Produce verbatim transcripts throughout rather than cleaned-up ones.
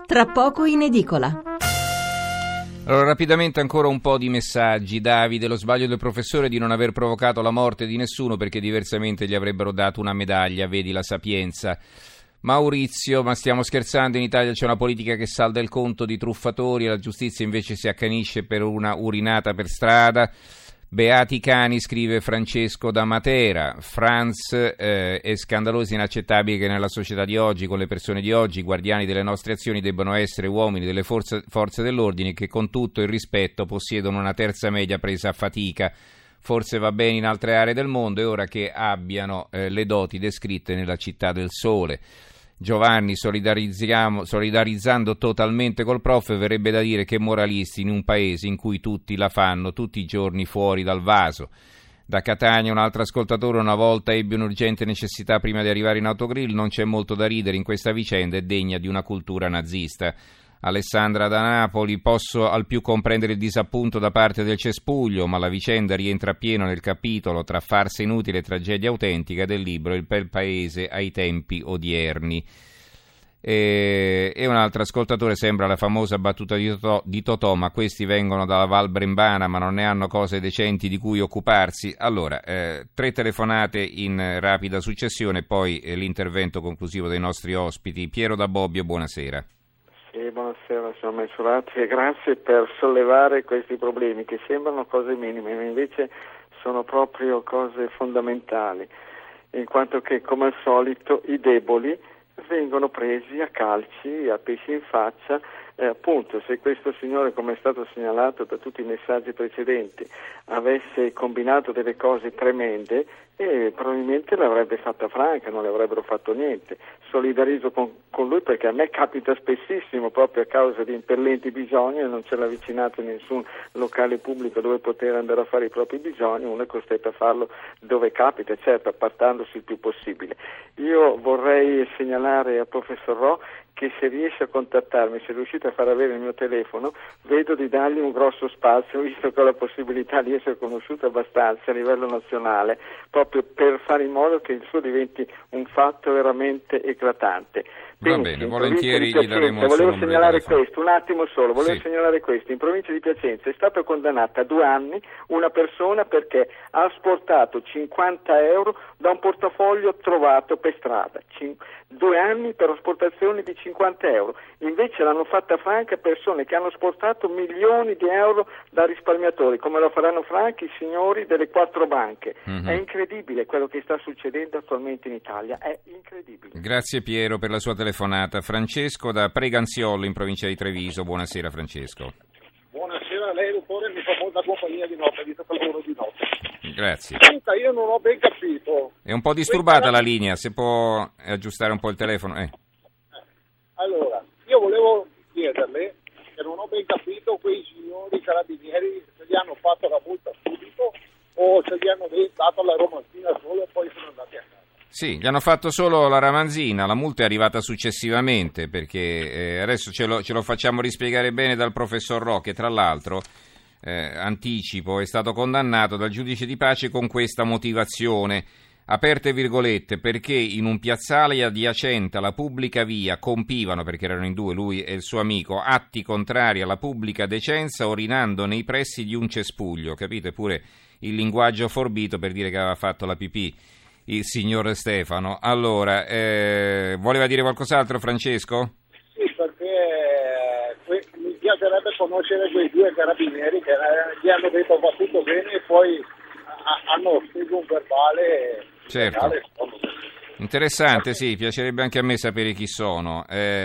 tra poco in edicola. Allora, rapidamente ancora un po' di messaggi. Davide, lo sbaglio del professore di non aver provocato la morte di nessuno perché diversamente gli avrebbero dato una medaglia, vedi la Sapienza. Maurizio, ma stiamo scherzando, in Italia c'è una politica che salda il conto di truffatori e la giustizia invece si accanisce per una urinata per strada. Beati cani, scrive Francesco da Matera. Franz, eh, è scandaloso e inaccettabile che nella società di oggi, con le persone di oggi, i guardiani delle nostre azioni debbano essere uomini delle forze, forze dell'ordine che con tutto il rispetto possiedono una terza media presa a fatica. Forse va bene in altre aree del mondo, è ora che abbiano eh, le doti descritte nella Città del Sole. Giovanni, solidarizziamo, solidarizzando totalmente col prof, verrebbe da dire che moralisti in un paese in cui tutti la fanno tutti i giorni fuori dal vaso. Da Catania un altro ascoltatore: una volta ebbe un'urgente necessità prima di arrivare in autogrill, non c'è molto da ridere in questa vicenda, è degna di una cultura nazista. Alessandra da Napoli: posso al più comprendere il disappunto da parte del cespuglio, ma la vicenda rientra pieno nel capitolo tra farsa inutile e tragedia autentica del libro Il bel paese ai tempi odierni. E, e un altro ascoltatore: sembra la famosa battuta di Totò, di Totò, ma questi vengono dalla Val Brembana ma non ne hanno cose decenti di cui occuparsi. Allora, eh, tre telefonate in rapida successione, poi eh, l'intervento conclusivo dei nostri ospiti. Piero da Bobbio, buonasera. Sì, buonasera, sono Mensurati e grazie per sollevare questi problemi che sembrano cose minime, ma invece sono proprio cose fondamentali, in quanto che, come al solito, i deboli vengono presi a calci, a pesci in faccia. Eh, appunto, se questo signore, come è stato segnalato da tutti i messaggi precedenti, avesse combinato delle cose tremende, eh, probabilmente l'avrebbe fatta franca, non le avrebbero fatto niente. Solidarizzo con, con lui perché a me capita spessissimo, proprio a causa di impellenti bisogni, e non c'è la vicinanza in nessun locale pubblico dove poter andare a fare i propri bisogni, uno è costretto a farlo dove capita, certo appartandosi il più possibile. Io vorrei segnalare al professor Ro che se riesce a contattarmi, se riuscite a far avere il mio telefono, vedo di dargli un grosso spazio, visto che ho la possibilità di essere conosciuto abbastanza a livello nazionale, proprio per fare in modo che il suo diventi un fatto veramente eclatante. Va Pensi, bene, volentieri gli daremo il volevo suo numero segnalare di telefono. questo, un attimo solo, volevo sì. segnalare questo. In provincia di Piacenza è stata condannata a due anni una persona perché ha asportato cinquanta euro da un portafoglio trovato per strada. Cin- due anni per asportazione di cinquanta euro. Invece l'hanno fatta franca persone che hanno asportato milioni di euro da risparmiatori, come lo faranno franchi i signori delle quattro banche. Mm-hmm. È incredibile quello che sta succedendo attualmente in Italia, è incredibile. Grazie Piero per la sua telefonata. Francesco da Preganziollo in provincia di Treviso, buonasera Francesco. Buonasera a lei dottore, mi fa molta compagnia di notte, visto che lavoro di notte. Grazie. Senta, io non ho ben capito. È un po' disturbata la linea, se può aggiustare un po' il telefono. Eh. Allora, io volevo chiederle, che non ho ben capito, quei signori carabinieri se gli hanno fatto la multa subito o se gli hanno dato la romanzina solo e poi sono andati a casa. Sì, gli hanno fatto solo la ramanzina, la multa è arrivata successivamente, perché eh, adesso ce lo, ce lo facciamo rispiegare bene dal professor Ro, che tra l'altro, eh, anticipo, è stato condannato dal giudice di pace con questa motivazione, aperte virgolette, perché in un piazzale adiacente alla pubblica via compivano, perché erano in due, lui e il suo amico, atti contrari alla pubblica decenza orinando nei pressi di un cespuglio, capite pure il linguaggio forbito per dire che aveva fatto la pipì il signor Stefano. Allora, eh, voleva dire qualcos'altro Francesco? Sì, perché eh, que- mi piacerebbe conoscere quei due carabinieri che eh, gli hanno detto va tutto bene e poi a- hanno speso un verbale. Certo. Legale. Interessante, sì, piacerebbe anche a me sapere chi sono.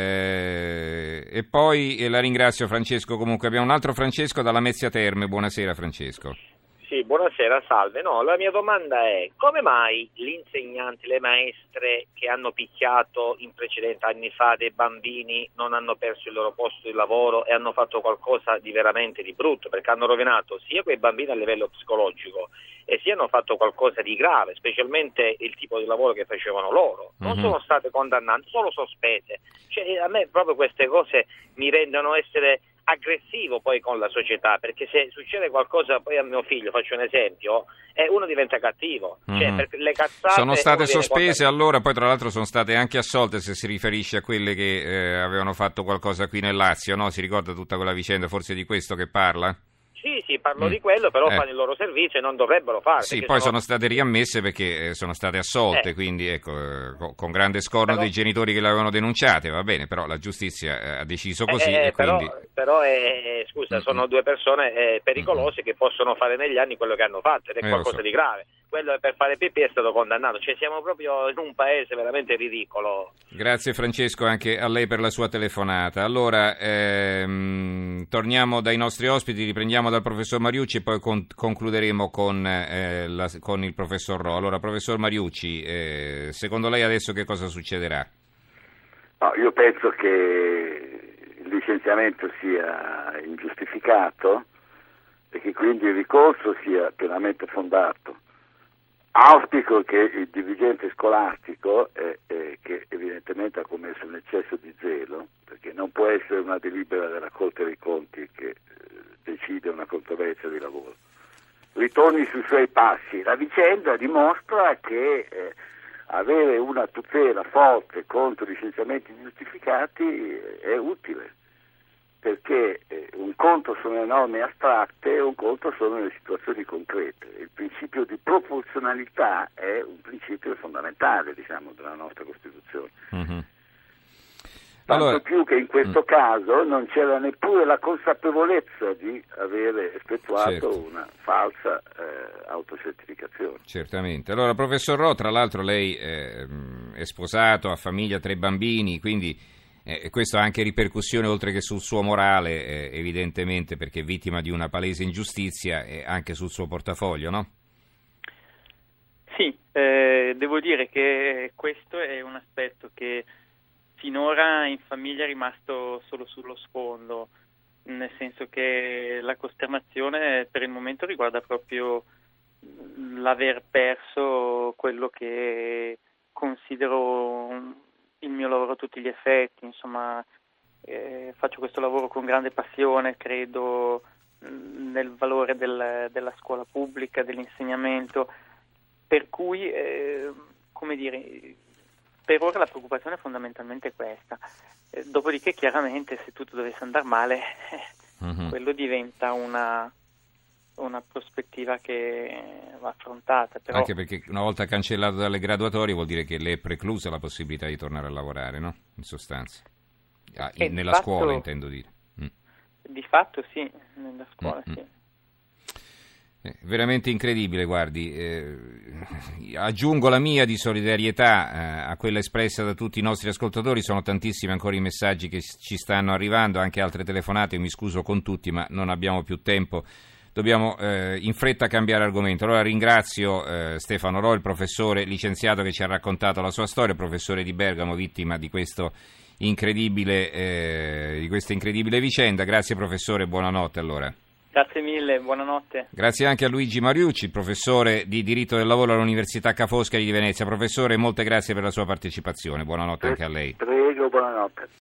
Eh, e poi eh, la ringrazio Francesco, comunque abbiamo un altro Francesco dalla Mezzia Terme, buonasera Francesco. Sì, buonasera, salve. No, la mia domanda è: come mai gli insegnanti, le maestre che hanno picchiato in precedenti anni fa dei bambini non hanno perso il loro posto di lavoro e hanno fatto qualcosa di veramente di brutto? Perché hanno rovinato sia quei bambini a livello psicologico e sia hanno fatto qualcosa di grave, specialmente il tipo di lavoro che facevano loro. Non mm-hmm. sono state condannate, solo sospese. Cioè, a me proprio queste cose mi rendono essere aggressivo poi con la società, perché se succede qualcosa poi a mio figlio, faccio un esempio, eh, uno diventa cattivo, mm-hmm. cioè perché le cazzate sono state sospese contato... allora, poi tra l'altro sono state anche assolte, se si riferisce a quelle che eh, avevano fatto qualcosa qui nel Lazio, no? Si ricorda tutta quella vicenda, forse di questo che parla? Sì, sì, parlo mm. di quello, però eh. fanno il loro servizio e non dovrebbero farlo. Sì, poi sono... sono state riammesse perché sono state assolte, eh. quindi ecco, eh, con grande scorno però... dei genitori che le avevano denunciate, va bene, però la giustizia eh, ha deciso così eh, e però, quindi... Però, eh, scusa, mm-hmm. sono due persone eh, pericolose mm-hmm. che possono fare negli anni quello che hanno fatto ed è eh, qualcosa so. di grave. Quello è per fare pipì è stato condannato, cioè siamo proprio in un paese veramente ridicolo. Grazie Francesco anche a lei per la sua telefonata. Allora, ehm, torniamo dai nostri ospiti, riprendiamo dal professor Mariucci e poi con, concluderemo con, eh, la, con il professor Ro. Allora, professor Mariucci, eh, secondo lei adesso che cosa succederà? No, io penso che il licenziamento sia ingiustificato e che quindi il ricorso sia pienamente fondato. Auspico che il dirigente scolastico, eh, eh, che evidentemente ha commesso un eccesso di zelo, perché non può essere una delibera della Corte dei Conti che eh, decide una controversia di lavoro, ritorni sui suoi passi. La vicenda dimostra che eh, avere una tutela forte contro licenziamenti ingiustificati eh, è utile, perché eh, un conto sono le norme astratte e un conto sono le situazioni concrete. Il principio di proporzionalità è un principio fondamentale, diciamo, della nostra Costituzione. Mm-hmm. Tanto allora... più che in questo mm. caso non c'era neppure la consapevolezza di avere effettuato certo. una falsa eh, autocertificazione. Certamente. Allora, professor Ro, tra l'altro lei eh, è sposato, ha famiglia, tre bambini, quindi... Eh, questo ha anche ripercussioni oltre che sul suo morale, eh, evidentemente, perché è vittima di una palese ingiustizia, e anche sul suo portafoglio, no? Sì, eh, devo dire che questo è un aspetto che finora in famiglia è rimasto solo sullo sfondo, nel senso che la costernazione per il momento riguarda proprio l'aver perso quello che considero il mio lavoro a tutti gli effetti, insomma, eh, faccio questo lavoro con grande passione, credo mh, nel valore del, della scuola pubblica, dell'insegnamento, per cui, eh, come dire, per ora la preoccupazione è fondamentalmente questa. Eh, dopodiché, chiaramente, se tutto dovesse andare male, mm-hmm. quello diventa una... una prospettiva che va affrontata. Però... Anche perché una volta cancellato dalle graduatorie vuol dire che le è preclusa la possibilità di tornare a lavorare, no? In sostanza. Ah, in, nella fatto, scuola, intendo dire. Mm. Di fatto sì, nella scuola mm-hmm. sì. Eh, veramente incredibile, guardi. Eh, aggiungo la mia di solidarietà eh, a quella espressa da tutti i nostri ascoltatori. Sono tantissimi ancora i messaggi che ci stanno arrivando, anche altre telefonate. Io mi scuso con tutti, ma non abbiamo più tempo. Dobbiamo eh, in fretta cambiare argomento. Allora ringrazio eh, Stefano Ro, il professore licenziato che ci ha raccontato la sua storia, professore di Bergamo, vittima di questo incredibile eh, di questa incredibile vicenda. Grazie professore, buonanotte allora. Grazie mille, buonanotte. Grazie anche a Luigi Mariucci, professore di diritto del lavoro all'Università Ca' Foscari di Venezia. Professore, molte grazie per la sua partecipazione. Buonanotte anche a lei. Prego, buonanotte.